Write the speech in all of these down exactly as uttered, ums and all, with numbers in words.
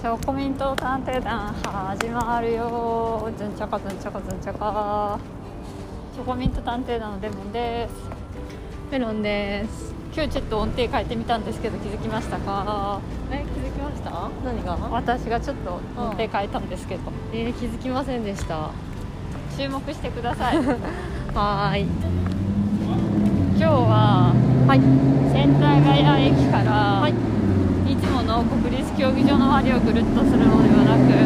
チョコミント探偵団始まるよ。ずんちゃかずんちゃかずんちゃか。チョコミント探偵団のレモンです。 メロンです。 今日ちょっと音程変えてみたんですけど気づきましたか？ え、気づきました？何が？ 私がちょっと音程変えたんですけど、 うん、えー、気づきませんでした。 注目してください。 はーい。 今日は、 はい、 センター街駅から、 はい、 いつもの国立競技場の周りをぐるっとするのではなく、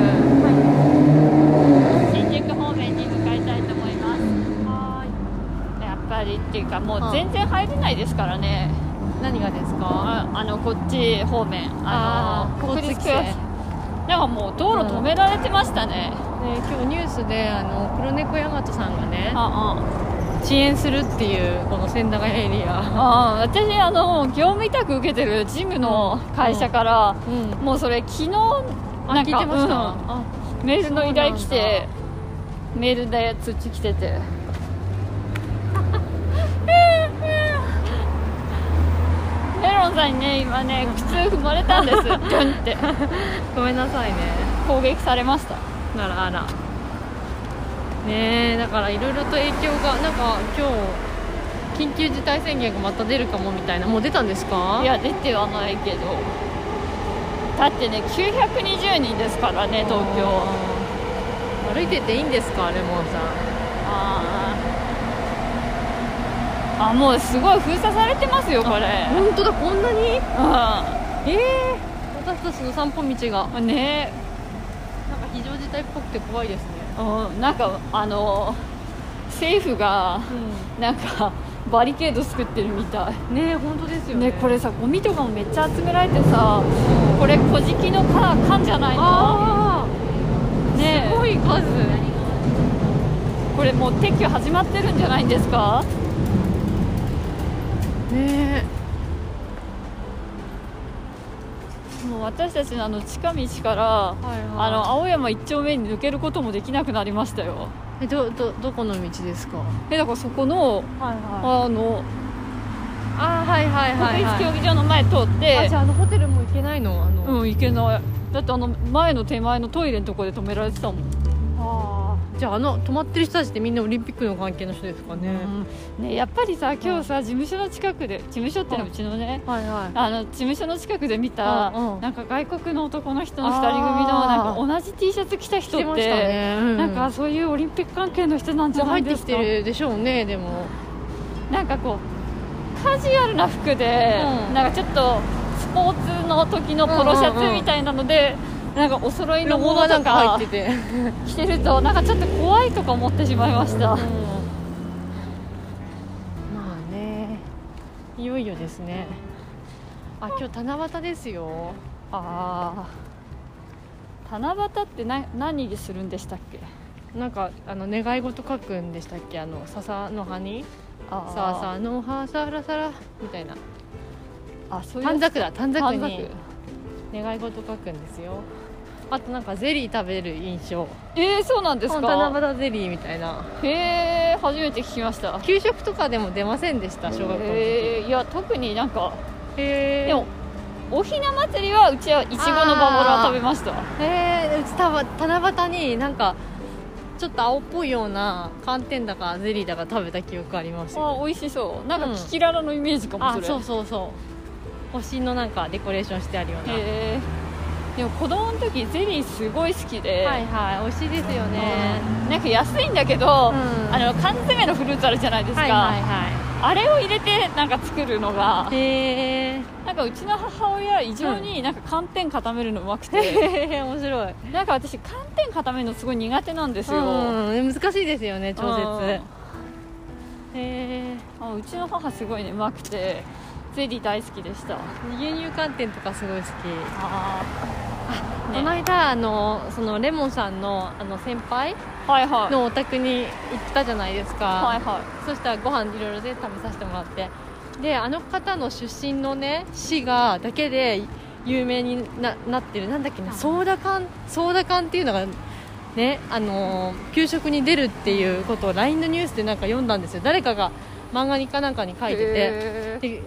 はい、新宿方面に向かいたいと思います。 はーい。 やっぱりっていうかもう全然入れないですからね。 何がですか？ あ, あのこっち方面、あのあ国立競技場なんかもう道路止められてましたね。 うん、ね、今日ニュースであの黒猫大和さんがね、 ああ遅延するっていうこの千駄ヶ谷エリア。 ああ、私あの業務委託受けてるジムの会社から、 うんうん、 もうそれ昨日なんか、 聞いてました、うん、 あメールの依頼来て、メールで通知来ててメロンさんにね今ね靴踏まれたんですドンってごめんなさいね。 攻撃されました。 あらあらねえ、だからいろいろと影響がなんか今日緊急事態宣言がまた出るかもみたいな。もう出たんですか？ いや出てはないけど、だってねきゅうひゃくにじゅうにんですからね東京。 歩いてていいんですかレモンさん？ ああもうすごい封鎖されてますよこれ。 本当だ、こんなに？うん、ええー、私たちの散歩道がね、 なんか非常事態っぽくて怖いですね。 うん、なんかあの政府が、うん、なんかバリケード作ってるみたいね。本当ですよ ね, ね。これさゴミとかもめっちゃ集められてさ、うん、これ小じきの缶じゃないの？ あね、 すごい数。 これもう撤去始まってるんじゃないんですかね。 もう私たちのあの近道から、はいはい、あの青山一丁目に抜けることもできなくなりましたよ。 え ど, ど, どこの道ですか？ えだからそこの、はいはい、あのあはいはいはい、はい、 国立競技場の前通って、 あじゃああのホテルも行けないの？あのうん行けない。だってあの前の手前のトイレのところで止められてたもん。 あじゃああの泊まってる人たちってみんなオリンピックの関係の人ですかね？ うん、ねやっぱりさ今日さ、はい、事務所の近くで事務所ってのはうちのね、はいはい、あの事務所の近くで見た、うんうん、なんか外国の男の人のふたり組のなんか同じ T シャツ着た人って、ねうん、なんかそういうオリンピック関係の人なんじゃないですか？ 入ってきてるでしょうね。でもなんかこうカジュアルな服で、うん、なんかちょっとスポーツの時のポロシャツみたいなので、うんうんうん、なんかお揃いのものとか入ってて着てるとなんかちょっと怖いとか思ってしまいました、うん、まあねいよいよですね。あ今日七夕ですよ。 あ七夕ってな何するんでしたっけ？ なんかあの願い事書くんでしたっけ？あの笹の葉に笹の葉サラサラみたいな。あそういう短冊だ短冊に願い事書くんですよ。あとなんかゼリー食べる印象。 えー、そうなんですか？ 七夕ゼリーみたいな。 へえ初めて聞きました。 給食とかでも出ませんでした小学校の時？ えー、いや特になんかへでもおひな祭りはうちはいちごのバボラ食べました。 へえうちた七夕になんかちょっと青っぽいような寒天だかゼリーだか食べた記憶ありますよ。 あ美味しそう。なんかキキララのイメージかもそれ、 うん、あそうそうそう星のなんかデコレーションしてあるような。 へでも子供の時ゼリーすごい好きで、 はいはい美味しいですよね、 うん、なんか安いんだけど、うん、あの缶詰のフルーツあるじゃないですか、はいはいはい、あれを入れてなんか作るのがへなんかうちの母親異常になんか寒天固めるのうまくて、 うん、面白い。 なんか私寒天固めるのすごい苦手なんですよ、 うん、難しいですよね調節、 うん、へあうちの母すごいねうまくてゼリー大好きでした。 牛乳寒天とかすごい好き。 ああ、ね、この間あのそのレモンさん の, あの先輩のお宅に行ったじゃないですか、はいはい、そしたらご飯いろいろで食べさせてもらって、であの方の出身のね市がだけで有名に な, なってるなんだっけな、ソーダ缶ソーダ缶っていうのがねあの給食に出るっていうことを ライン のニュースでなんか読んだんですよ。誰かが漫画にかなんかに書いてて、で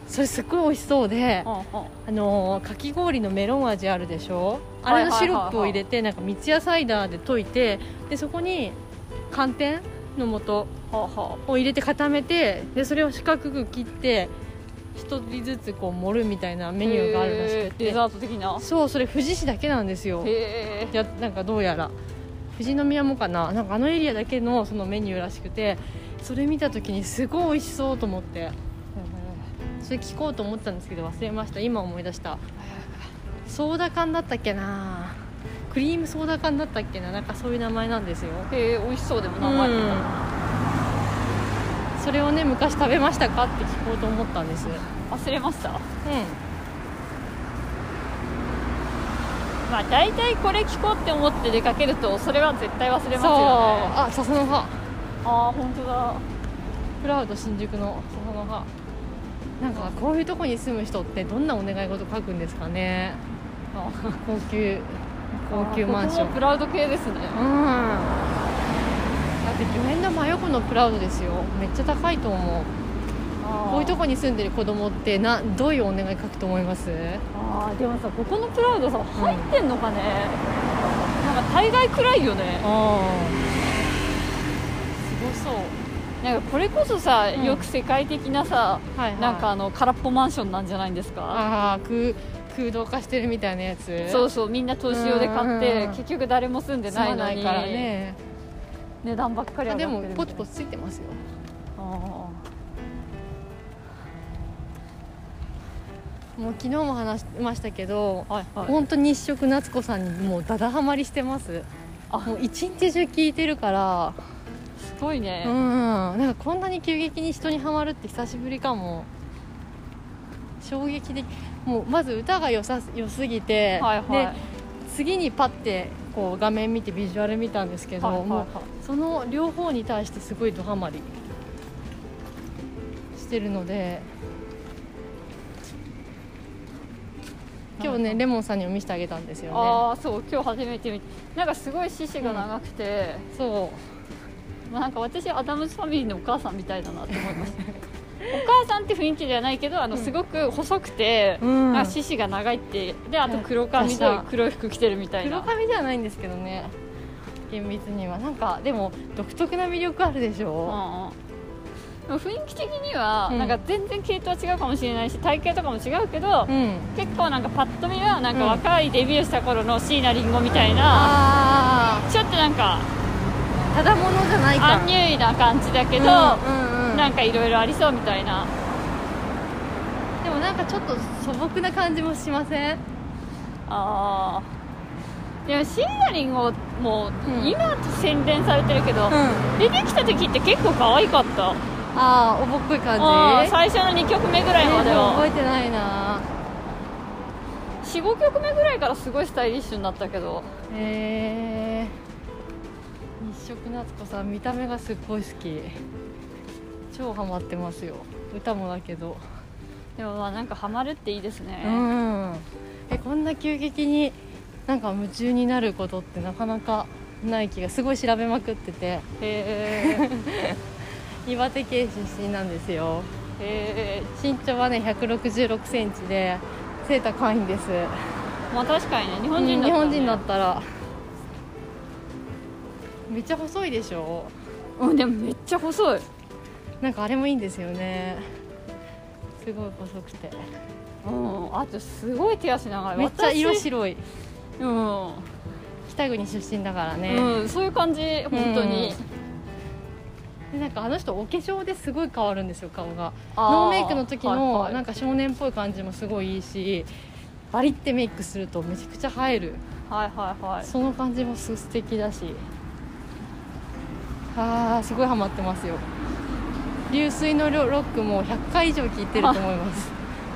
それすっごい美味しそうで、うんうん、あのかき氷のメロン味あるでしょ、あれのシロップを入れてなんか三ツ矢サイダーで溶いて、でそこに寒天の素を入れて固めて、でそれを四角く切って一人ずつこう盛るみたいなメニューがあるらしくて、 デザート的な。 そう、それ富士市だけなんですよ。へー、やなんかどうやら富士宮もかな、なんかあのエリアだけのそのメニューらしくて、それ見た時にすごい美味しそうと思って、それ聞こうと思ったんですけど忘れました。今思い出した。ソーダ缶だったっけな、クリームソーダ缶だったっけな、なんかそういう名前なんですよ。 へえ、美味しそうでも名前、うん、 それをね昔食べましたかって聞こうと思ったんです。 忘れました。うん、まあ大体これ聞こうって思って出かけるとそれは絶対忘れますよね。そう、 あ、笹の葉、 ああ本当だ、 クラウド新宿の笹の葉。なんかこういうとこに住む人ってどんなお願い事書くんですかね。高級高級マンション、 ここもプラウド系ですね。うん、だって御苑の真横のプラウドですよ。めっちゃ高いと思う。こういうとこに住んでる子供ってなどういうお願い書くと思います？ あでもさ、ここのプラウドさ入ってんのかね、うん、なんか大概暗いよね。あすごそう。なんかこれこそさ、うん、よく世界的なさ、はいはい、なんかあの空っぽマンションなんじゃないんですか。 ああ、空空洞化してるみたいなやつ。 そうそう、みんな投資用で買って結局誰も住んでないのにからね、 値段ばっかり上がってるみたいな。 でもポツポツついてますよ。あもう昨日も話しましたけど、はいはい、本当に日食夏子さんにもうダダハマりしてます。あ、もう一日中聞いてるからすごいね。 うん、なんかこんなに急激に人にハマるって久しぶりかも。衝撃的。もうまず歌が良さ良すぎて、はいはい、で次にパッてこう画面見てビジュアル見たんですけど、はいはいはい、もうその両方に対してすごいドハマりしてるので、今日ねレモンさんにも見せてあげたんですよね。 ああそう、今日初めて見て、なんかすごい獅子が長くて、うん、そう、まあ、なんか私アダムスファミリーのお母さんみたいだなと思いましたお母さんって雰囲気じゃないけど、あのすごく細くて、うん、なんか獅子が長いって、であと黒髪で黒い服着てるみたいな。 黒髪ではないんですけどね、厳密には。なんかでも独特な魅力あるでしょ。うんうん、 雰囲気的にはなんか全然系統は違うかもしれないし、体型とかも違うけど、うん、結構なんかパッと見はなんか若いデビューした頃の椎名林檎みたいな、うん、ちょっとなんかただものじゃないか、 アンニュイな感じだけど、うんうんうん、なんかいろいろありそうみたいな。 でもなんかちょっと素朴な感じもしません？ あー、でも椎名林檎も今洗練されてるけど、うん、出てきた時って結構可愛かった。 ああ、おぼっこい感じ。 最初のにきょくめぐらいまでは、 覚えてないな。 よん,ご 曲目ぐらいからすごいスタイリッシュになったけど。 へえ。日食夏子さん見た目がすっごい好き。超ハマってますよ。歌もだけど。 でもまあなんかハマるっていいですね。うん。え、こんな急激になんか夢中になることってなかなかない気が、すごい調べまくってて。へえ。岩手県出身なんですよ。へー。身長はねひゃくろくじゅうろくセンチで背高いんです。 まあ確かにね、日本人だったら、ね、 日本人だったらめっちゃ細いでしょ。 うん、でもめっちゃ細い。 なんかあれもいいんですよね、すごい細くて。 うん、あとすごい手足長い。 めっちゃ色白い。 うん、 北国出身だからね。 うん、そういう感じ本当に。 でなんかあの人お化粧ですごい変わるんですよ、顔が。ノーメイクの時のなんか少年っぽい感じもすごいいいし、バリってメイクするとめちゃくちゃ映える。はいはいはい。その感じも素敵だし、あーすごいハマってますよ。流水のロックもひゃっかい以上聴いてると思います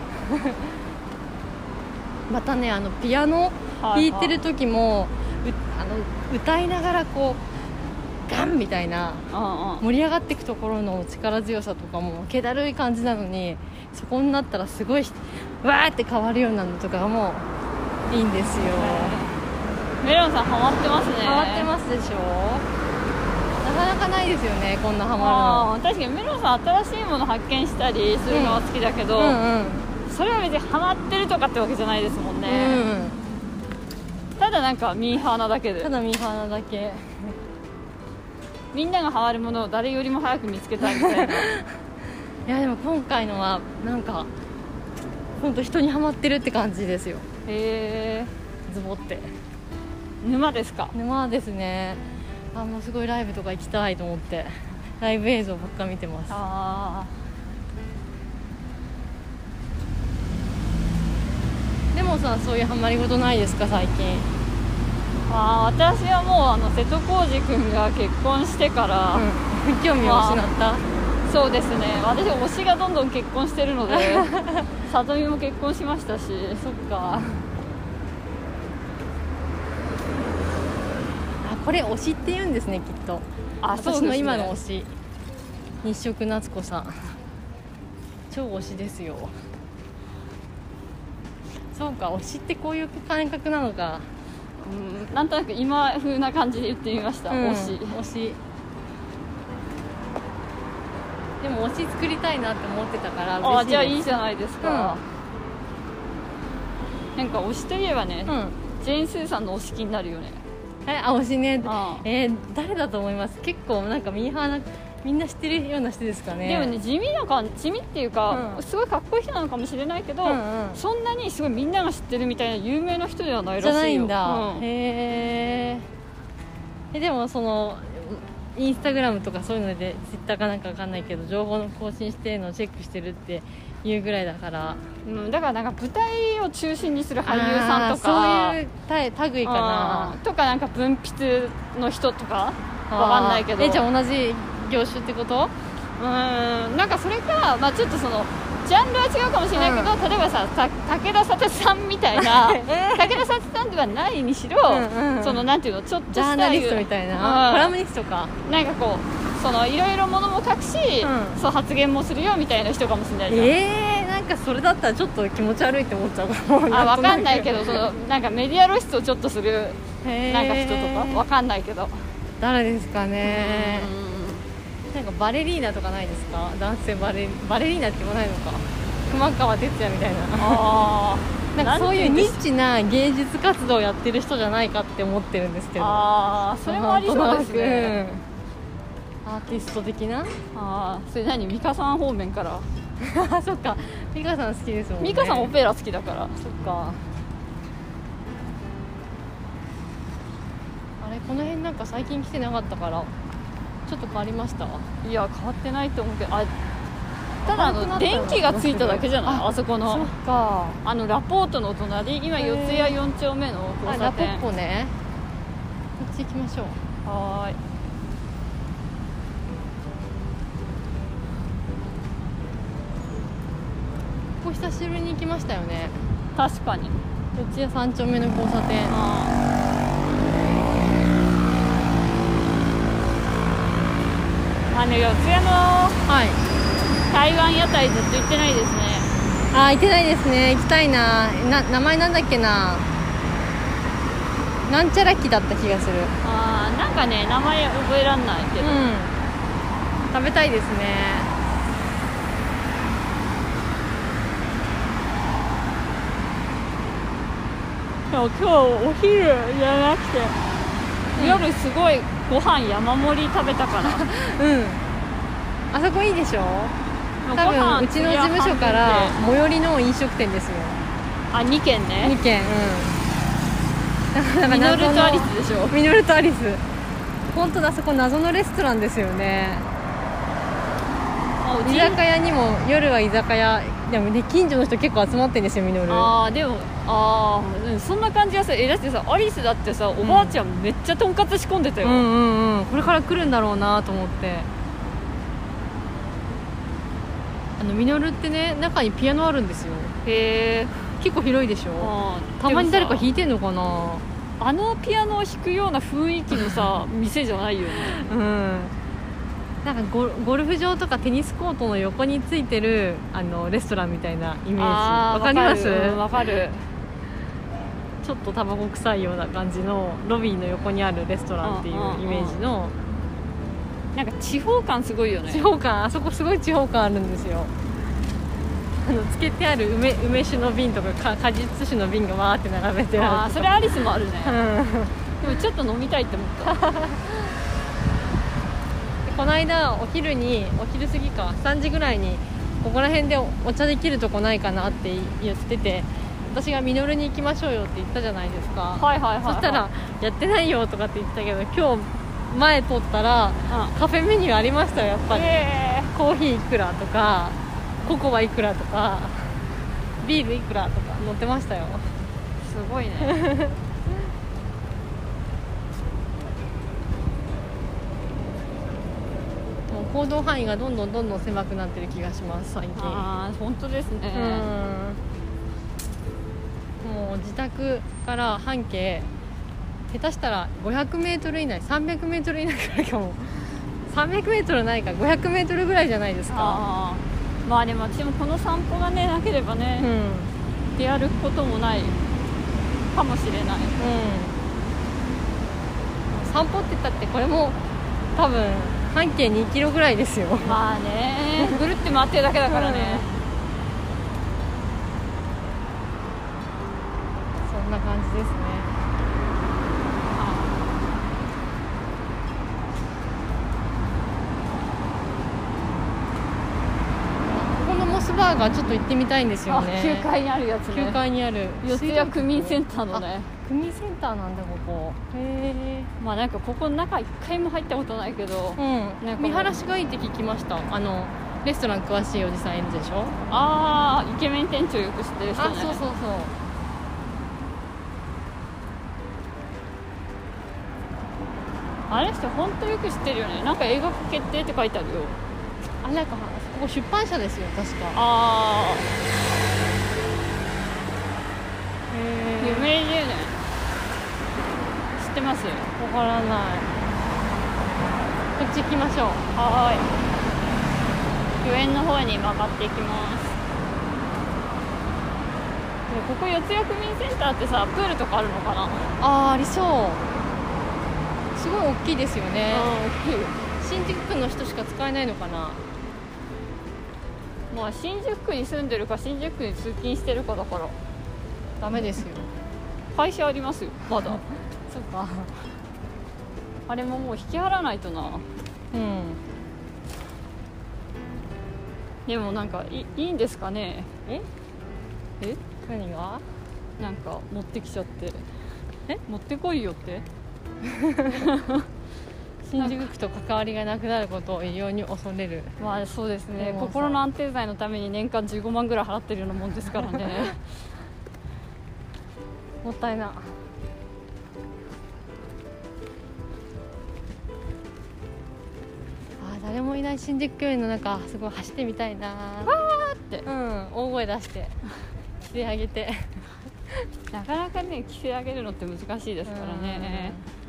またね、あのピアノ弾いてる時も、はいはい、あの歌いながらこうガンみたいな盛り上がっていくところの力強さとかも気だるい感じなのに、そこになったらすごいわーって変わるようなのとかもいいんですよ。 メロンさんハマってますね。 ハマってますでしょ。 かなかないですよね、こんなハマるの。確かにメロンさん新しいもの発見したりするのは好きだけど、うんうんうん、それは別にハマってるとかってわけじゃないですもんね、うん、ただなんかミーハーなだけで。 ただミーハーなだけみんながハマるものを誰よりも早く見つけたいみたいな。いやでも今回のはなんか本当人にハマってるって感じですよ。 へえ。 ズボって。 沼ですか？ 沼ですね。あ、もうすごいライブとか行きたいと思ってライブ映像ばっか見てます。 あでもさ、そういうハマり事ないですか最近？ あ、私はもうあの瀬戸康史君が結婚してから、 うん、興味を失った、まあ、 そうですね。私推しがどんどん結婚してるので里見も結婚しましたし。 そっか。あ、これ推しって言うんですね、きっと。 あ、そうですね。 私の今の推し日食夏子さん、超推しですよ。そうか、推しってこういう感覚なのか。 うん、なんとなく今風な感じで言ってみました、うん、推し推し。でも推し作りたいなって思ってたから嬉しいです。 あ、じゃあいいじゃないですか、うん、なんか推しといえばね、うん、ジェーン・スーさんの推し気になるよね。 え、あ、推しね。ああ、えー、誰だと思います？結構なんかミーハーな、みんな知ってるような人ですかね。 でもね、地味な感じ、地味っていうか、うん、すごいかっこいい人なのかもしれないけど、うんうん、そんなにすごいみんなが知ってるみたいな有名な人ではないらしいよ。 じゃないんだ、うん、へえ。でもそのインスタグラムとかそういうのでツイッターかなんかわかんないけど情報の更新してるのをチェックしてるっていうぐらいだから、 うん、だからなんか舞台を中心にする俳優さんとか、 そういう類かな、 とかなんか文筆の人とかわかんないけど。 え、じゃあ同じ業種ってこと？ うーん、なんかそれか、まあ、ちょっとそのジャンルは違うかもしれないけど、うん、例えばさ、た武田砂鉄さんみたいな、えー、武田砂鉄さんではないにしろ、うんうん、そのなんていうの、ちょっとしたジャーナリストみたいな、うん、コラムニストか、 なんかこうそのいろいろものも書くし、うん、そう発言もするよみたいな人かもしれないじゃん。 えー、なんかそれだったらちょっと気持ち悪いって思っちゃうかも。 あ、分かんないけど、そのなんかメディア露出をちょっとするなんか人とか分かんないけど、 誰ですかね。なんかバレリーナとかないですか？男性バレバレリーナって言わないのか、熊川哲也みたいな。あなんかそういうニッチな芸術活動をやってる人じゃないかって思ってるんですけど。 ああ、それもありそうですね、 うん、アーティスト的な。 ああ、それ何、美香さん方面からそっか、美香さん好きですもんね。 美香さんオペラ好きだから。そっか。あれ、この辺なんか最近来てなかったからちょっと変わりました？ いや、変わってないと思うけど、あ、ただあの電気がついただけじゃない？ あ, あそこの、 そっか、 あのラポートの隣、今四谷よん丁目の交差点。 ラポッポね、こっち行きましょう。 はーい。 ここ久しぶりに行きましたよね。 確かに。 四谷三丁目の交差点。ああの四谷の、はい、台湾屋台ずっと行ってないですね。 あ、行ってないですね。行きたいな。な、名前なんだっけな、なんちゃらきだった気がする。 あー、なんかね、名前覚えらんないけど、うん、 食べたいですね。 今日お昼じゃなくて、うん、夜すごいご飯山盛り食べたからうん、あそこいいでしょ。多分うちの事務所から最寄りの飲食店ですよ。 あ、に軒ね。 に軒、 うん。ミノルとアリスでしょ。 ミノルとアリス、本当だ、あそこ謎のレストランですよね。居酒屋にも、夜は居酒屋でもね、近所の人結構集まってるんですよ、ミノル。 ああ、でも、ああ、うん、そんな感じがする。え、だってさ、アリスだってさ、おばあちゃんめっちゃとんかつ仕込んでたよ。 うんうんうん、これから来るんだろうなと思って。あのミノルってね、中にピアノあるんですよ。 へえ、 結構広いでしょ。たまに誰か弾いてんのかな。 あのピアノを弾くような雰囲気のさ店じゃないよね。 うん、なんか ゴ, ゴルフ場とかテニスコートの横についてるあのレストランみたいなイメージ。わかります？ わかる。 ちょっとタバコ臭いような感じのロビーの横にあるレストランっていうイメージのなんか地方感すごいよね。 地方感、あそこすごい地方感あるんですよ。あのつけてある 梅, 梅酒の瓶とか果実酒の瓶がわーって並べてある。 ああ、それアリスもあるね、うん、でもちょっと飲みたいって思ったでこの間お昼にお昼過ぎかさんじぐらいにここら辺でお茶できるとこないかなって言ってて、私がミノルに行きましょうよって言ったじゃないですか。 はいはいはい、はい、 そしたらやってないよとかって言ってたけど、今日前通ったら、うん、カフェメニューありましたよやっぱり。コーヒーいくらとかココアいくらとかビールいくらとか載ってましたよ。 すごいねもう行動範囲がどんどんどんどん狭くなってる気がします最近。 ああ、本当ですね。 うん、もう自宅から半径下手したらごひゃくメートル以内、さんびゃくメートル以内くらいかも。さんびゃくメートルないかごひゃくメートルぐらいじゃないですか。 あ、まあでも私もこの散歩がねなければね、うん、出歩くこともないかもしれない、うん、 散歩って言ったってこれも多分半径にキロぐらいですよ。 まあねぐるって回ってるだけだからね、 うん、そんな感じですね。バーガーちょっと行ってみたいんですよね。 きゅうかいにあるやつね。 きゅうかいにある四谷区民センターのね。 区民センターなんだここ。へえ。 まあなんかここの中一回も入ったことないけど、 うん、なんか見晴らしがいいって聞きました。あのレストラン詳しいおじさんいるでしょ。 ああ、イケメン店長よく知ってる人ね。 あ、そうそうそう。 あれ人本当よく知ってるよね。なんか映画化決定って書いてあるよ。 あ、なんかここ出版社ですよ確か。 ああ、 へえ。 有名じゅうねん知ってます？ わからない。こっち行きましょう。 はーい、御苑の方に曲がっていきます。でここ四谷区民センターってさ、プールとかあるのかな？ あー、ありそう。すごい大きいですよね。 大きい。 新宿区の人しか使えないのかな。 まあ新宿区に住んでるか新宿区に通勤してるかだからダメですよ。 会社ありますよまだそっか。 あれももう引き払わないとな。 うん。 でもなんか い, いいんですかね。 ええ何がなんか持ってきちゃって、え持ってこいよって新宿区と関わりがなくなることを異様に恐れる。 まあそうですね、心の安定剤のために年間じゅうごまんぐらい払ってるようなもんですからねもったいな。あ、誰もいない新宿御苑の中すごい走ってみたいな。 わーって、 うん、大声出して着てあげてなかなかね着せ上げるのって難しいですからね。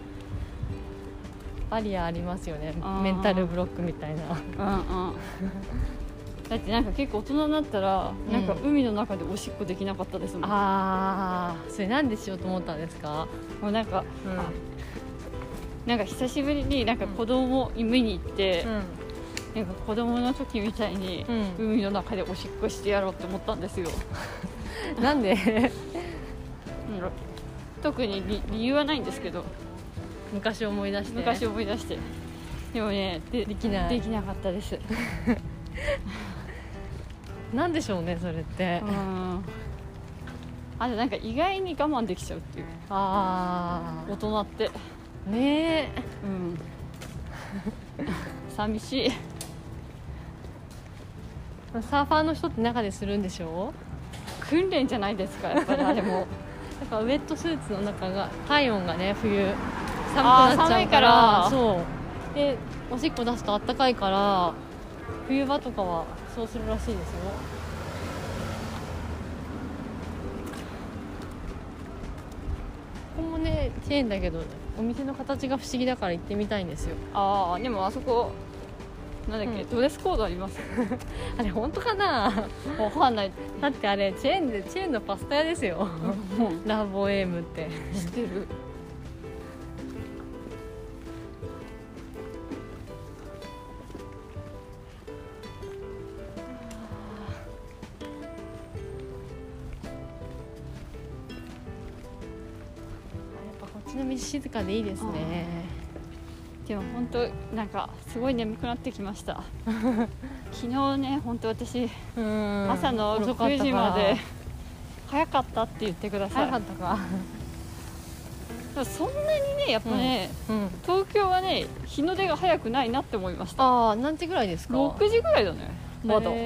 バリアありますよね、メンタルブロックみたいな。 うんうんだってなんか結構大人になったら、うん、なんか海の中でおしっこできなかったですもん。 ああ、それなんでしようと思ったんですか？ もうなんか、うん、なんか久しぶりになんか子供を見に行って、うん、なんか子供の時みたいに、うん、海の中でおしっこしてやろうって思ったんですよなんで特に 理, 理由はないんですけど、 昔思い出して昔思い出してでもね で, できないできなかったですなんでしょうねそれって。うん、 あとなんか意外に我慢できちゃうっていう。 ああ、大人ってねえ、 うん寂しい。 サーファーの人って中でするんでしょう？訓練じゃないですかやっぱりあれもだからウェットスーツの中が体温がね冬寒くなっちゃうから、そうでおしっこ出すとあったかいから冬場とかはそうするらしいですよ。ここもねチェーンだけどお店の形が不思議だから行ってみたいんですよ。 ああ、でもあそこなんだっけ、うん、ドレスコードありますあれ本当かなわかんない。 だってあれチェーンでチェーンのパスタ屋ですよラボエームって知ってる街並み静かでいいですね。 でも本当なんかすごい眠くなってきました昨日ね本当私朝のろくじまで早かったって言ってください。 早かったかそんなにねやっぱね、うんうん、東京はね日の出が早くないなって思いました。 ああ、何時ぐらいですか？ ろくじぐらいだねまだ。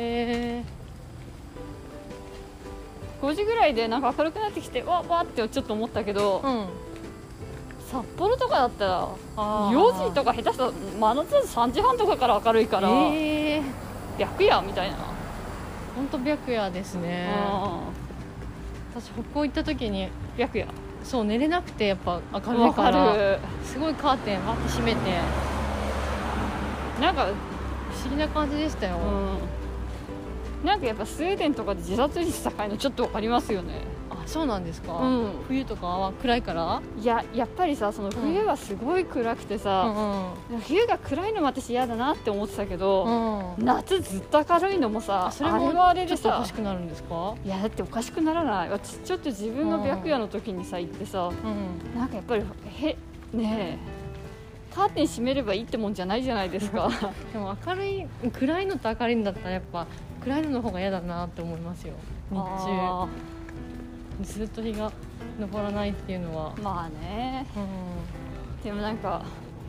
ごじぐらいでなんか明るくなってきてわわってちょっと思ったけど、うん、札幌とかだったらよじとか下手したら真夏だとさんじはんとかから明るいから、えー、白夜みたいな。 本当白夜ですね。私北欧行った時に白夜そう寝れなくてやっぱ明るいからすごいカーテンバッて閉めてなんか不思議な感じでしたよ、 うん、なんかやっぱスウェーデンとかで自殺率高いのちょっと分かりますよね。 あ、そうなんですか、うん、冬とかは暗いから？ いや、やっぱりさその冬はすごい暗くてさ、うんうん、冬が暗いのも私嫌だなって思ってたけど、うん、夏ずっと明るいのもさそれもあれでさおかしくなるんですか？ いやだっておかしくならない。私ちょっと自分の白夜の時にさ行ってさ、うん、なんかやっぱりへねえカーテン閉めればいいってもんじゃないじゃないですかでも明るい暗いのと明るいんだったらやっぱ暗いのの方が嫌だなって思いますよ。日中ずっと日が昇らないっていうのはまあね、うん、でもなんか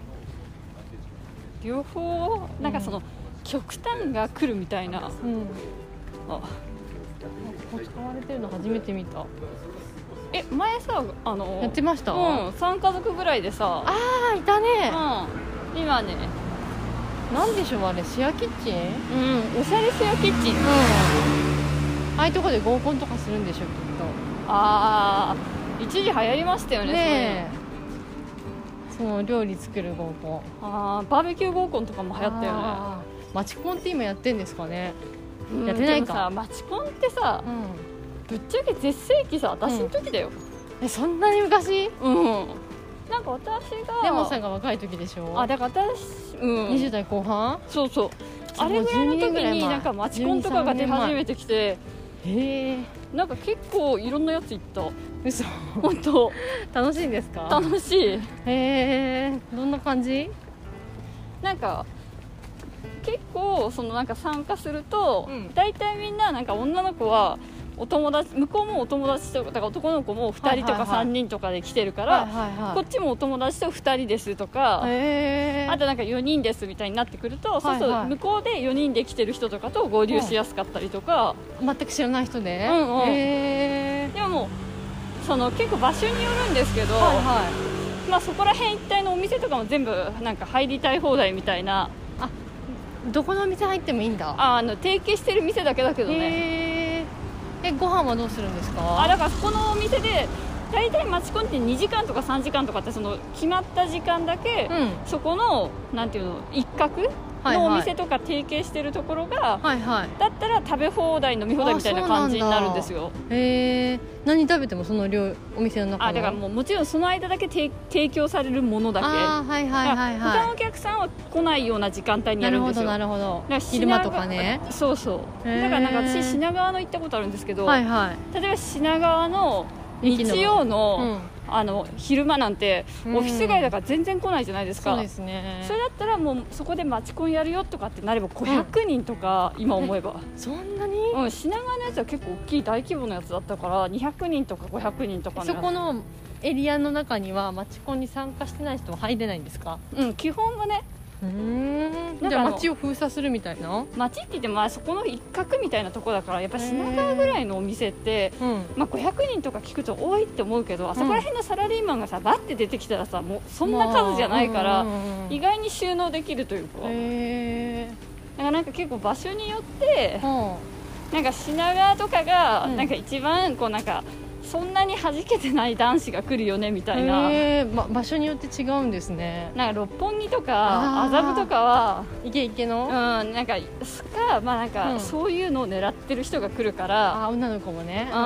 両方なんかその、うん、極端が来るみたいな、うん、あここ使われてるの初めて見た。 え前さあのやってました？ うん、さん家族ぐらいでさあーいたね、 うん、今ねなんでしょうあれシェアキッチン？ うん、おしゃれシェアキッチン、うん、 ああいうとこで合コンとかするんでしょきっと。 ああ一時流行りましたよね。 ねえその料理作る合コン。 ああバーベキュー合コンとかも流行ったよね。 マチコンって今やってんですかね、 うん、やってないか。でもさマチコンってさ、うんぶっちゃけ絶世紀さ私の時だよ、 うん、えそんなに昔？ うんなんか私がレモンさんが若い時でしょ。 あだから私、うん、 にじゅう代後半。 そうそうあれぐらいの時になんかマチコンとかが出始めてきてへえなんか結構いろんなやつ行った。 嘘本当楽しいんですか？ 楽しい。へえどんな感じ？ なんか結構そのなんか参加すると、うん、大体みんななんか女の子はお友達向こうもお友達とかだから男の子もふたりとかさんにんとかで来てるから、はいはいはい、こっちもお友達とふたりですとか、へーあとなんかよにんですみたいになってくると、はいはい、そうそう向こうでよにんで来てる人とかと合流しやすかったりとか、 うん、全く知らない人で、 うんうん、へーでももうその結構場所によるんですけど、はいはいまあ、そこら辺一帯のお店とかも全部なんか入りたい放題みたいな。 あどこのお店入ってもいいんだ。 ああの提携してる店だけだけどね。 へーえご飯はどうするんですか？ あだからそこのお店で大体マチコンってにじかんとかさんじかんとかってその決まった時間だけ、うん、そこのなんていうの一角のお店とか提携してるところが、はいはい、だったら食べ放題飲み放題みたいな感じになるんですよ。 へえ何食べてもその量お店の中のあだからもうもちろんその間だけ提供されるものだけ。 あはいはいはいはい、 他のお客さんは来ないような時間帯にやるんですよ。 なるほどなるほど。昼間とかね。 そうそうだからなんか私品川の行ったことあるんですけど、 はいはい、 例えば品川の日曜の、うん、あの昼間なんてオフィス街だから全然来ないじゃないですか、 うん、そうですね。 それだったらもうそこでマチコンやるよとかってなればごひゃくにんとか、うん、今思えばそんなに、 うん、品川のやつは結構大きい大規模なやつだったからにひゃくにんとかごひゃくにんとかのやつ。 そこのエリアの中にはマチコンに参加してない人は入れないんですか？ うん基本はね。 うーんじゃあ街を封鎖するみたいな。 街って言ってもまあそこの一角みたいなところだからやっぱ品川ぐらいのお店って、うんまあ、ごひゃくにんとか聞くと多いって思うけど、うん、あそこら辺のサラリーマンがさバッて出てきたらさもうそんな数じゃないから、まあ、意外に収納できるというか。へだからなんか結構場所によって、うん、なんか品川とかがなんか一番こうなんかそんなに弾けてない男子が来るよねみたいな、 えーま、場所によって違うんですね。 なんか六本木とか麻布とかはイケイケの、 うん、なんかスカまあなんか、うん、そういうのを狙ってる人が来るからあ女の子もね、うん、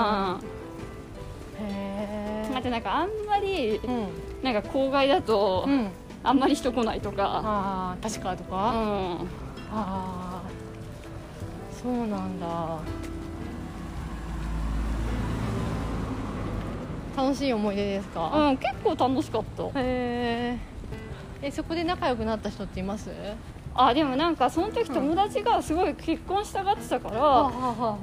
へえ。あとなんかあんまり、うん、なんか郊外だと、うん、あんまり人来ないとかあ立川とか、うん、ああそうなんだ。 楽しい思い出ですか？ うん、結構楽しかった。 へえ。そこで仲良くなった人っています？ あ、でもなんかその時友達がすごい結婚したがってたから、うん、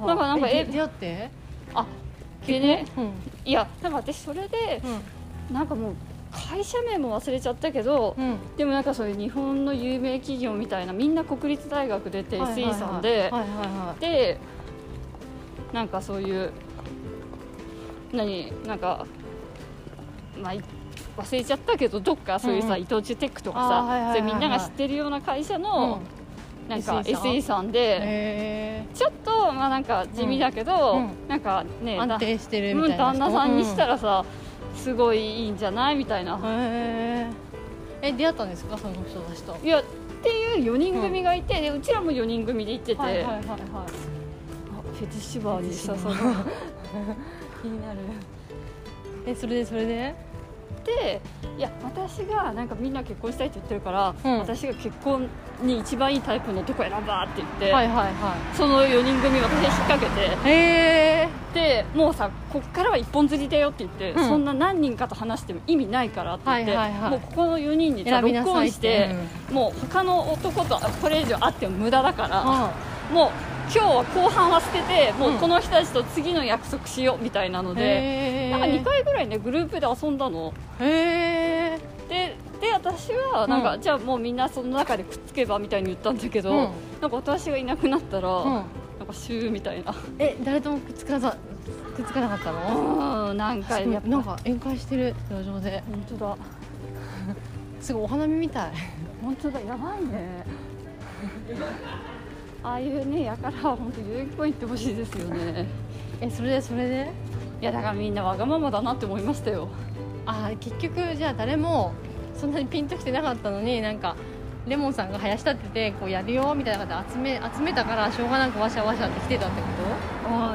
なんかなんかえ出会ってあでね、うん、いやなんか私それで、うん、なんかもう会社名も忘れちゃったけど、うん、でもなんかそういう日本の有名企業みたいなみんな国立大学出て エスイー さんででなんかそういう何なんかまあ忘れちゃったけどどっかそういうさ、うん、伊藤忠テックとかさ、はいはいはいはい、それみんなが知ってるような会社の、うん、なんか エスイー さんでちょっとまあなんか地味だけど、うん、なんかね安定してるみたいな旦那さんにしたらさ、うん、すごいいいんじゃないみたいな。 へえ出会ったんですかその人たちと？ いやっていうよにん組がいて、うん、でうちらもよにん組で行ってて、はいはいはいはい、あフェティッシュバーでしたその気になる。えそれでそれででいや私がなんかみんな結婚したいって言ってるから、うん、私が結婚に一番いいタイプの男選ばって言って、はいはいはい、そのよにん組私引っ掛けてへでもうさこっからは一本釣りだよって言って、うん、そんな何人かと話しても意味ないからって言って、はいはいはい、もうここのよにんにさロックオンして、うん、もう他の男とこれ以上会っても無駄だから、うん、もう今日は後半は捨ててもうこの人たちと次の約束しようみたいなので、うん、なんかにかいぐらいねグループで遊んだの。へでで私はなんか、うん、じゃあもうみんなその中でくっつけばみたいに言ったんだけど、うん、なんか私がいなくなったら、うん、なんかシューみたいな。 え誰ともくっつかなくっつかなかったの？ うんなんかやっぱなんか宴会してる路上で。 本当だすごいお花見みたい。 本当だやばいねああいうねやから本当代々木公園行ってほしいですよね。 えそれでそれでいやだからみんなわがままだなって思いましたよ。 あ結局じゃあ誰もそんなにピンときてなかったのになんかレモンさんが生やしたっててこうやるよみたいな感じで集め集めたからしょうがなくわしゃわしゃって来てたってこと？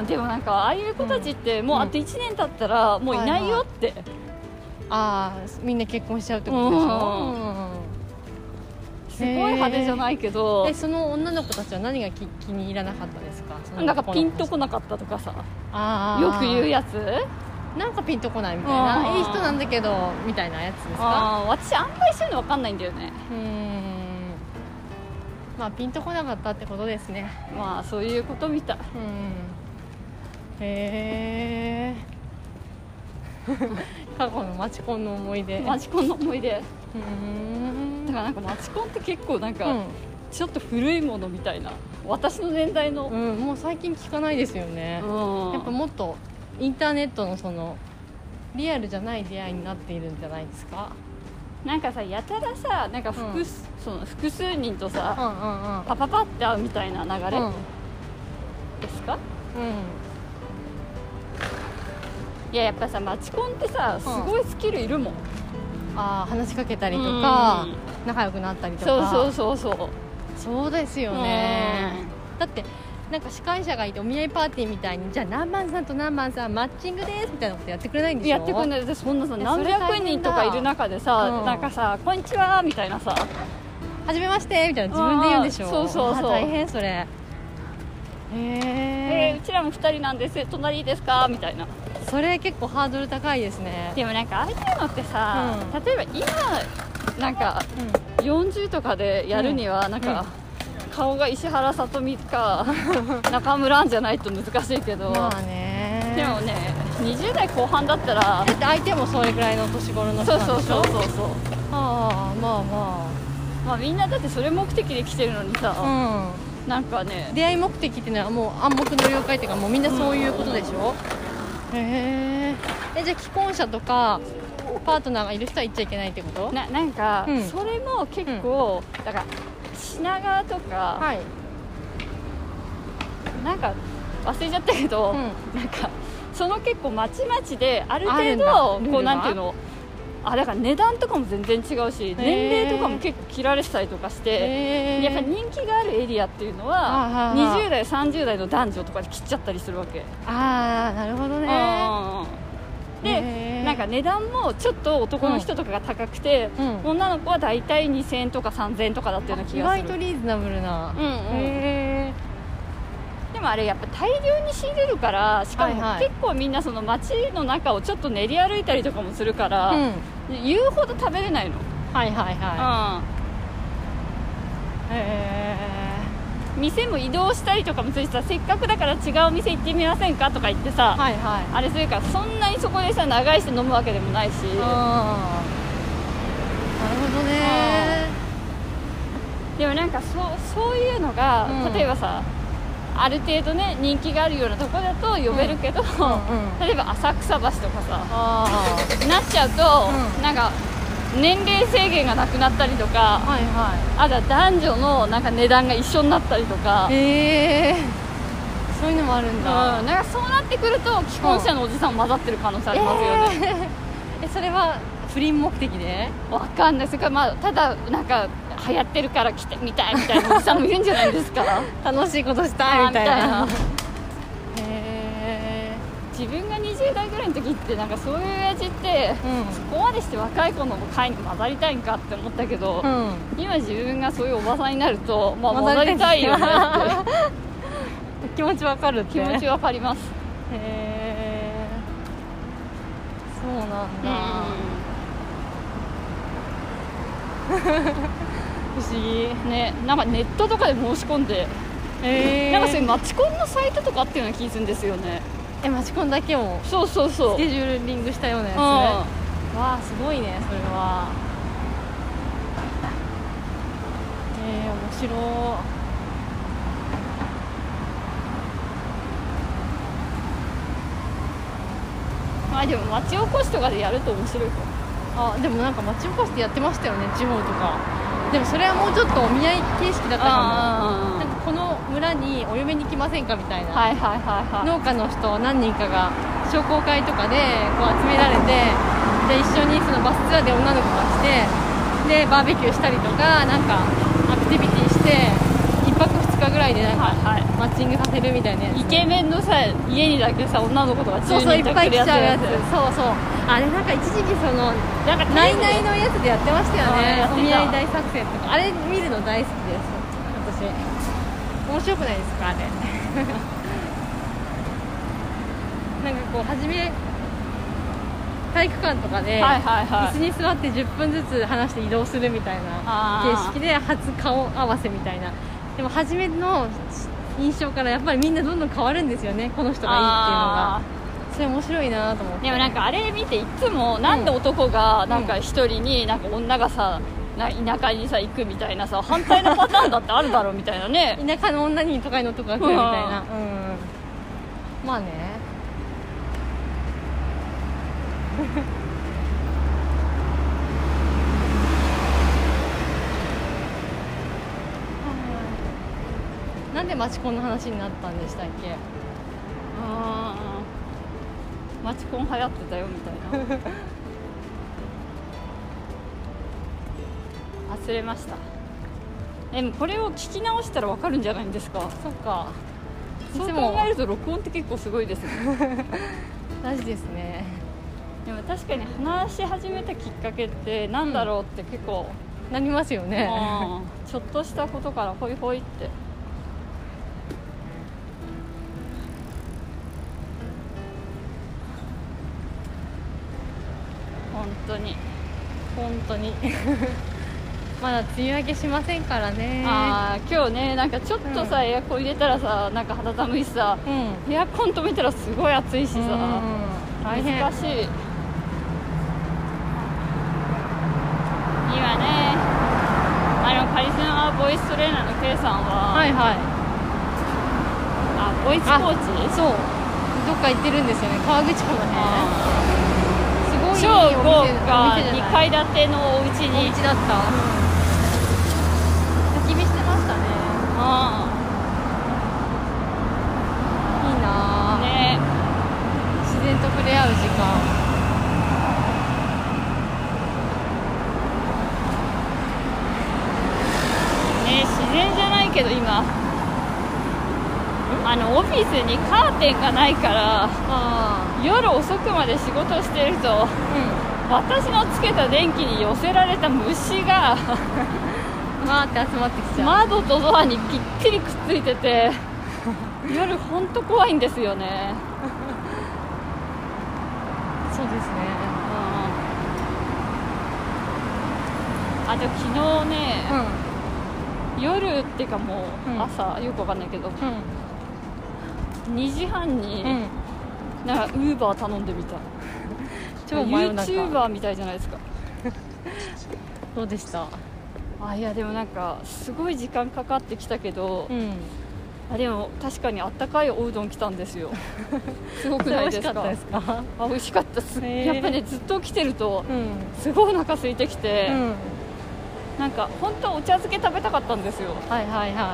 うんでもなんかああいう子たちってもうあといちねん経ったらもういないよって、うんはいはい、 ああみんな結婚しちゃうってことでしょ、うんすごい派手じゃないけどえその女の子たちは何が気に入らなかったですか？ なんかピンとこなかったとかさあよく言うやつなんかピンとこないみたいないい人なんだけどみたいなやつですか？ あ私あんまりそういうの分かんないんだよね。 うんまあピンとこなかったってことですね。 まあそういうことみたい。うんへえ過去のマチコンの思い出マチコンの思い出うんだからなんかマチコンって結構なんか、うん、ちょっと古いものみたいな私の年代の、 うん、もう最近聞かないですよね、うん、やっぱもっとインターネットのそのリアルじゃない出会いになっているんじゃないですか？ なんかさやたらさなんか 複,、うん、その複数人とさ、うんうんうん、パパパって会うみたいな流れ、うん、ですか？うんいややっぱさマチコンってさすごいスキルいるもん、うん、 あ話しかけたりとか、うん、仲良くなったりとかそうそうそうそうそうですよね、うん、だってなんか司会者がいてお見合いパーティーみたいにじゃあ何番さんと何番さんマッチングですみたいなことやってくれないんでしょ？ やってくれないそんなさ何百人とかいる中でさ、うん、なんかさこんにちはみたいなさはじめましてみたいな自分で言うんでしょ？ そうそうそう大変それへえー、うちらもふたりなんです隣ですかみたいなそれ結構ハードル高いですね。 でもなんかああいうのってさ、うん、例えば今なんかよんじゅうとかでやるにはなんか、うん、顔が石原さとみか中村アンじゃないと難しいけどまあねでもねにじゅう代後半だったらだって相手もそれぐらいの年頃の人なんでしょ？ そうそうそうそうああまあまあまあみんなだってそれ目的で来てるのにさ、うん、なんかね出会い目的っていうのはもう暗黙の了解っていうかもうみんなそういうことでしょ？うん、へえじゃあ既婚者とかパートナーがいる人は言っちゃいけないってこと？ ななんか、うん、それも結構、うん、だから品川とか、はい、なんか忘れちゃったけど、うん、なんかその結構まちまちである程度こうなんていうのあだから値段とかも全然違うし年齢とかも結構切られてたりとかしてやっぱ人気があるエリアっていうのはにじゅう代さんじゅう代の男女とかで切っちゃったりするわけ。 ああなるほどね。 でなんか値段もちょっと男の人とかが高くて、うん、女の子はだいたいにせんえんとかさんぜんえんとかだったような気がする。 意外とリーズナブルな、うんうん、へででもあれやっぱ大量に仕入れるから、しかも結構みんなその街の中をちょっと練り歩いたりとかもするから、うん、言うほど食べれないの。 はいはいはい、うん、へー店も移動したりとかもするしさ、せっかくだから違うお店行ってみませんかとか言ってさ、はいはい、あれするから、そんなにそこでさ長いして飲むわけでもないし。 あなるほどね。 でもなんか そ, そういうのが、うん、例えばさある程度ね人気があるようなとこだと呼べるけど、うんうんうん、例えば浅草橋とかさなっちゃうと、うん、なんか年齢制限がなくなったりとか、はいはい、あとは男女のなんか値段が一緒になったりとか。 へえそういうのもあるんだ、 うん、なんかそうなってくると既婚者のおじさん混ざってる可能性ありますよね、 えー、えそれは不倫目的でわかんないですか、まあ、ただなんか流行ってるから来てみたいみたいなおじさんもいるんじゃないですか楽しいことしたいみたいなへ自分がにじゅう代ぐらいの時ってなんかそういう親父って、うん、そこまでして若い子の会に混ざりたいんかって思ったけど、うん、今自分がそういうおばさんになると、まあ、混ざりたいよねって気持ちわかるって気持ちわかります。 へえそうなんだ、うん不思議ね。なんかネットとかで申し込んで、えー、なんかそういうマチコンのサイトとかあっていうような気がするんですよね。 えマチコンだけもそうそうそうスケジューリングしたようなやつね、うん、わあすごいねそれは。えー、面白い。 まあでも町おこしとかでやると面白いかも。 あでもなんか町おこしってやってましたよね地方とか。でもそれはもうちょっとお見合い形式だったかも。なんかこの村にお嫁に来ませんかみたいな、はいはいはいはい、農家の人何人かが商工会とかでこう集められて、で一緒にそのバスツアーで女の子が来て、でバーベキューしたりとかなんかアクティビティしていっぱくふつかぐらいでなんか、はいはい、マッチングさせるみたいなやつ、 イケメンのさ家にだけさ女の子とかじゅうにんとか来るやつ。 そうそうあれなんか一時期そのなんかナイナイのやつでやってましたよね、お見合い大作戦とか。あれ見るの大好きです私。面白くないですかあれなんかこう初め体育館とかで椅子に座ってじゅっぷんずつ話して移動するみたいな形式で初顔合わせみたいな。でも初めの印象からやっぱりみんなどんどん変わるんですよね、この人がいいっていうのが。それ面白いなと思って。 でもなんかあれ見ていつもなんで男がなんか一人になんか女がさな田舎にさ行くみたいなさ反対のパターンだってあるだろうみたいなね田舎の女に都会の男が来るみたいな、うん、まあねなんでマチコンの話になったんでしたっけ。 あマチコン流行ってたよみたいな忘れました。でもこれを聞き直したら分かるんじゃないんですか。 そっか。 そう考えると録音って結構すごいですね大事ですね。 でも確かに話し始めたきっかけってなんだろうって結構、 うん、なりますよね、 うん、ちょっとしたことからホイホイって本当に本当にまだ梅雨明けしませんからね。 ああ今日ねなんかちょっとさ、うん、エアコン入れたらさなんか肌寒いしさ、うん、エアコン止めたらすごい暑いしさ、うん、大変難しい。今ねあのカリスマボイストレーナーの K さんははいはいあボイスコーチそうどっか行ってるんですよね川口湖の辺。 超豪華にかい建てのお家にお家だった、うん、焚き火してましたね。ああいいなね自然と触れ合う時間。 ね自然じゃないけど今あのオフィスにカーテンがないから夜遅くまで仕事してると、うん、私のつけた電気に寄せられた虫がわーって集まってきちゃう。 窓とドアにぴったりくっついてて夜ほんと怖いんですよねそうですね、 うん、あと昨日ね、うん、夜っていうかもう朝、うん、よくわかんないけど、うん、にじはんに、うん、なんかウーバー頼んでみた超真夜中 YouTuber みたいじゃないですかどうでした？ あ、いやでもなんかすごい時間かかってきたけど、うん、あでも確かにあったかいおうどん来たんですよすごくないですか？ 美味しかったですか？ あ、美味しかったっす。やっぱねずっと来てると、うん、すごいお腹空いてきて、うん、なんか本当はお茶漬け食べたかったんですよ。 はいはいはい。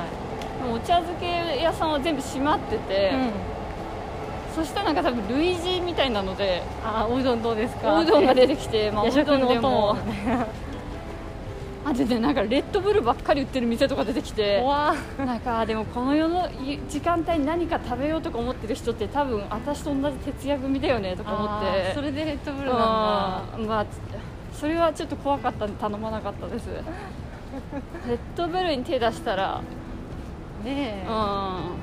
でもお茶漬け屋さんは全部閉まってて、うん、そしたらなんか多分類似みたいなので、 あ、おうどんどうですか？ おうどんが出てきて、まあ、おうどんでもあでね、なんかレッドブルばっかり売ってる店とか出てきて、なんかでもこの世の時間帯に何か食べようとか思ってる人って多分私と同じ徹夜組だよねとか思って、 それでレッドブルなんだ。 まあそれはちょっと怖かったんで頼まなかったですレッドブルに手出したらねえ、うん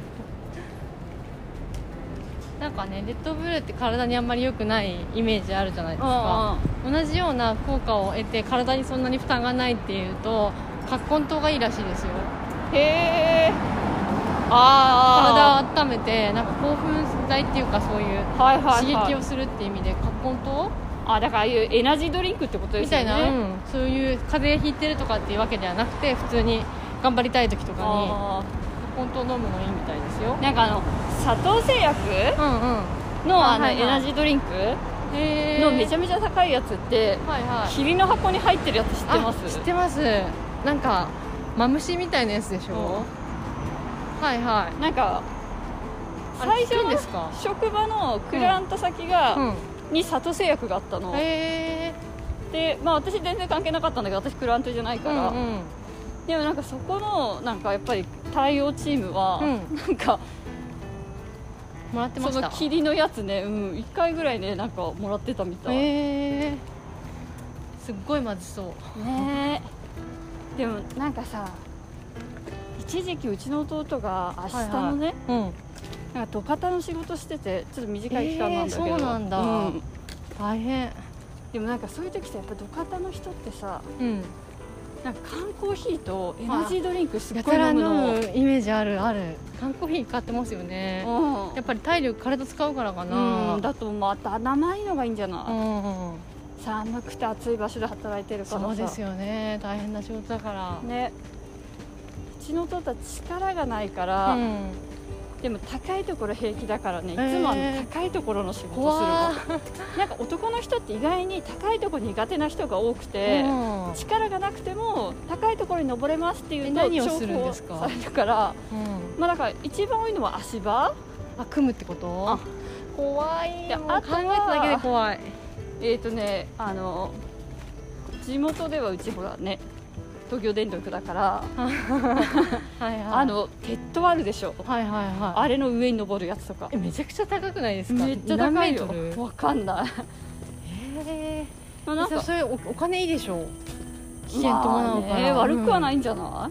なんかね、レッドブルって体にあんまり良くないイメージあるじゃないですか。同じような効果を得て体にそんなに負担がないっていうと葛根湯がいいらしいですよ。 へー、あ体を温めてなんか興奮剤っていうかそういう刺激をするっていう意味で葛根湯、 あ、だからああいうエナジードリンクってことですよね。 みたいな、うん、そういう風邪ひいてるとかっていうわけではなくて普通に頑張りたい時とかに葛根湯飲むのいいみたいですよ。 なんかあの佐藤製薬のあのエナジードリンクのめちゃめちゃ高いやつって、はいはい、霧の箱に入ってるやつ知ってます？ 知ってます。なんかマムシみたいなやつでしょ、うん、はいはい。 なんか最初の職場のクライアント先が、うんうん、に佐藤製薬があったの。へー。で、まあ、私全然関係なかったんだけど私クライアントじゃないから、うんうん、でもなんかそこのなんかやっぱり対応チームは、うん、なんかもらってました。 その霧のやつね、うん、いっかいぐらいねなんかもらってたみたい。 へー、すっごいまずそうね。でもなんかさ、一時期うちの弟が明日のね、はいはい、うん、なんか土方の仕事しててちょっと短い期間なんだけど、えー、 そうなんだ、うん、大変。 でもなんかそういう時ってやっぱ土方の人ってさ、うん、なんか缶コーヒーとエナジードリンクすっごい飲むの。 やたら飲むイメージあるある。缶コーヒー買ってますよね、うん、やっぱり体力体使うからかな、 うん、だとまた生いのがいいんじゃない、うんうん、寒くて暑い場所で働いてるからさ。 そうですよね、大変な仕事だからね。うちの弟は力がないから、うん、でも高いところ平気だからね、いつもあの高いところの仕事するの。なんか男の人って意外に高いところ苦手な人が多くて、うん、力がなくても高いところに登れますっていうと何をするんですか？ されるから、うん、まあだから一番多いのは足場、 あ、組むってこと？あ、怖いよ。 あと考えただけで怖い。 えっとね、あの地元ではうちほらね東京電力だからはいはい、あの鉄塔あるでしょ、はいはいはい、あれの上に登るやつとか。 え、めちゃくちゃ高くないですか？ めっちゃ高いよ。わかんない。 へえー、なんかそれ お, お金いいでしょ、危険伴うから、まあね、悪くはないんじゃない、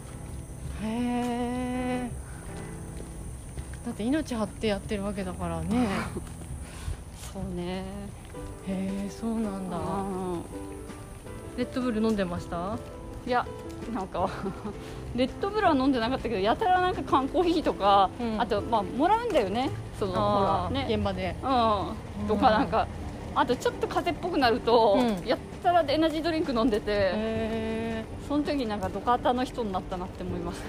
うん、へえ。だって命張ってやってるわけだからねそうね。 へえ、そうなんだ。レッドブル飲んでました？ いや、なんかレッドブルは飲んでなかったけど、やたらなんか缶コーヒーとか、うん、あとまあもらうんだよね、そのほらね、 現場で、 うん、とかなんか、あとちょっと風邪っぽくなると、うん、やったらエナジードリンク飲んでて、へー、その時なんかドカタの人になったなって思いました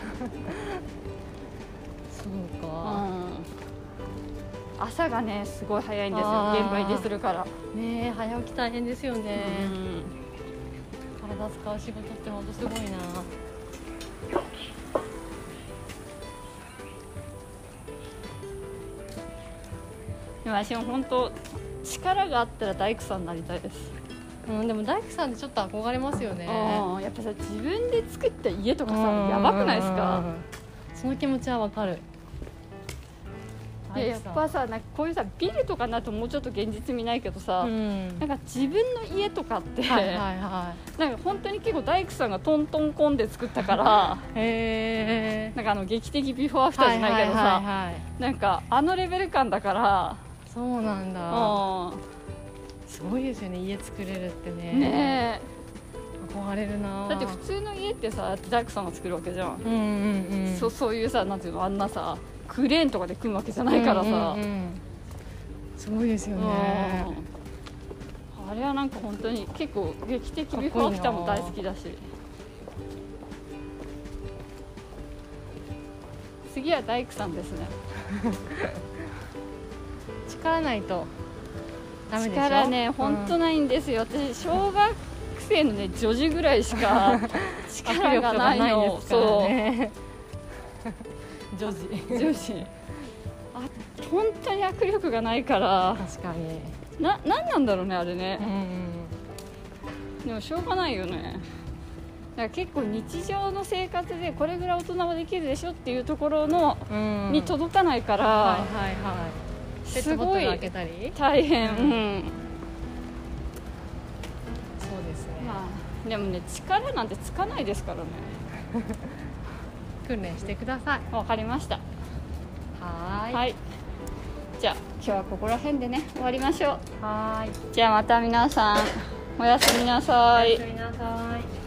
そうか、 うん、朝がねすごい早いんですよ、現場入りするからね。え、早起き大変ですよね、うん、体使う仕事って本当すごいな。 でも私も本当力があったら大工さんになりたいです、 うん、でも大工さんってちょっと憧れますよね。 やっぱさ、自分で作った家とかさ、やばくないですか？ その気持ちはわかる。 いややっぱさ、なんかこういうさビルとかになるともうちょっと現実見ないけどさ、うん、なんか自分の家とかって、はいはいはい、なんか本当に結構大工さんがトントンコンで作ったからへなんかあの劇的ビフォーアフターじゃないけどさ、はいはいはいはい、なんかあのレベル感だから。 そうなんだ、うん、すごいですよね、家作れるってね。ねえ、憧れるな。 だって普通の家ってさ大工さんが作るわけじゃん、うんうんうん、そ, そういうさ、なんていうの、あんなさクレーンとかで組むわけじゃないからさ、うんうんうん、 すごいですよね。 あれはなんか本当に結構劇的ビフォーアフターも大好きだし。次は大工さんですね力ないとダメでしょ。 力ね、本当ないんですよ、うん、私小学生のね女児ぐらいしか力がないの。ないですからね。 そう女児女児あ、本当に握力がないから。 確かにな、なんなんだろうねあれね、うん、でもしょうがないよね。だから結構日常の生活でこれぐらい大人はできるでしょっていうところの、うん、に届かないから、はいはいはい、すごい大変、うんうん、 そうですね、まあ、でもね力なんてつかないですからね訓練してください。 わかりました。 はい、 はい、じゃあ今日はここら辺でね終わりましょう。 はい、 じゃあまた皆さんおやすみなさい。 おやすみなさい。